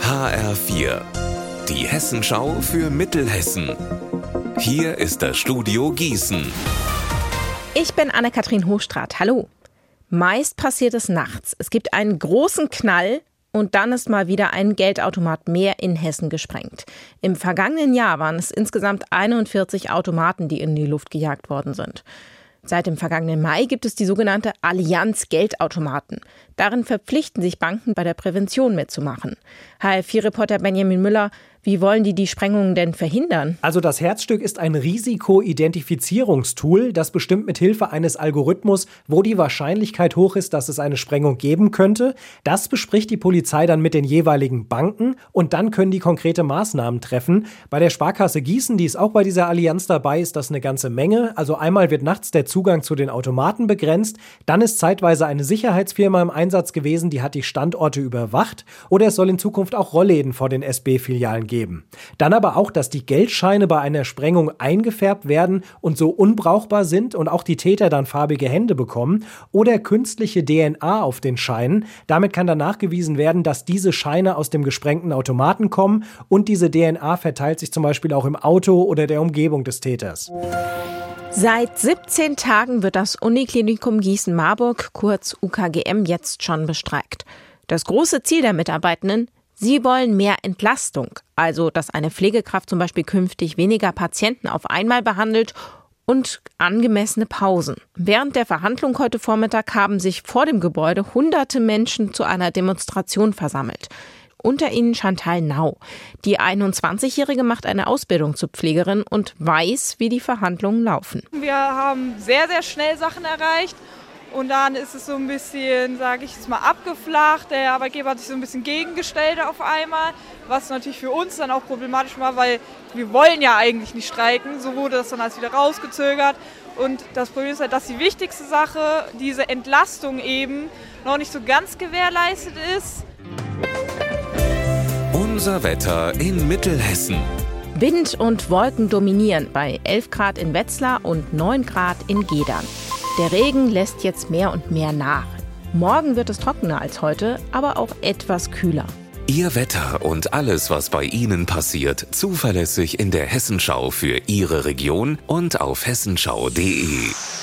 HR4, die Hessenschau für Mittelhessen. Hier ist das Studio Gießen. Ich bin Anne-Kathrin Hochstraat. Hallo. Meist passiert es nachts. Es gibt einen großen Knall und dann ist mal wieder ein Geldautomat mehr in Hessen gesprengt. Im vergangenen Jahr waren es insgesamt 41 Automaten, die in die Luft gejagt worden sind. Seit dem vergangenen Mai gibt es die sogenannte Allianz Geldautomaten. Darin verpflichten sich Banken, bei der Prävention mitzumachen. HR4-Reporter Benjamin Müller, wie wollen die Sprengungen denn verhindern? Also das Herzstück ist ein Risikoidentifizierungstool, das bestimmt mit Hilfe eines Algorithmus, wo die Wahrscheinlichkeit hoch ist, dass es eine Sprengung geben könnte. Das bespricht die Polizei dann mit den jeweiligen Banken und dann können die konkrete Maßnahmen treffen. Bei der Sparkasse Gießen, die ist auch bei dieser Allianz dabei, ist das eine ganze Menge. Also einmal wird nachts der Zugang zu den Automaten begrenzt, dann ist zeitweise eine Sicherheitsfirma im Einsatz gewesen, die hat die Standorte überwacht oder es soll in Zukunft auch Rollläden vor den SB-Filialen geben. Dann aber auch, dass die Geldscheine bei einer Sprengung eingefärbt werden und so unbrauchbar sind und auch die Täter dann farbige Hände bekommen oder künstliche DNA auf den Scheinen. Damit kann dann nachgewiesen werden, dass diese Scheine aus dem gesprengten Automaten kommen und diese DNA verteilt sich zum Beispiel auch im Auto oder der Umgebung des Täters. Seit 17 Tagen wird das Uniklinikum Gießen-Marburg, kurz UKGM, jetzt schon bestreikt. Das große Ziel der Mitarbeitenden: Sie wollen mehr Entlastung, also dass eine Pflegekraft zum Beispiel künftig weniger Patienten auf einmal behandelt und angemessene Pausen. Während der Verhandlung heute Vormittag haben sich vor dem Gebäude hunderte Menschen zu einer Demonstration versammelt. Unter ihnen Chantal Nau. Die 21-Jährige macht eine Ausbildung zur Pflegerin und weiß, wie die Verhandlungen laufen. Wir haben sehr, sehr schnell Sachen erreicht. Und dann ist es so ein bisschen, sage ich jetzt mal, abgeflacht. Der Arbeitgeber hat sich so ein bisschen gegengestellt auf einmal, was natürlich für uns dann auch problematisch war, weil wir wollen ja eigentlich nicht streiken. So wurde das dann alles wieder rausgezögert. Und das Problem ist halt, dass die wichtigste Sache, diese Entlastung eben, noch nicht so ganz gewährleistet ist. Unser Wetter in Mittelhessen. Wind und Wolken dominieren bei 11 Grad in Wetzlar und 9 Grad in Gedern. Der Regen lässt jetzt mehr und mehr nach. Morgen wird es trockener als heute, aber auch etwas kühler. Ihr Wetter und alles, was bei Ihnen passiert, zuverlässig in der Hessenschau für Ihre Region und auf hessenschau.de.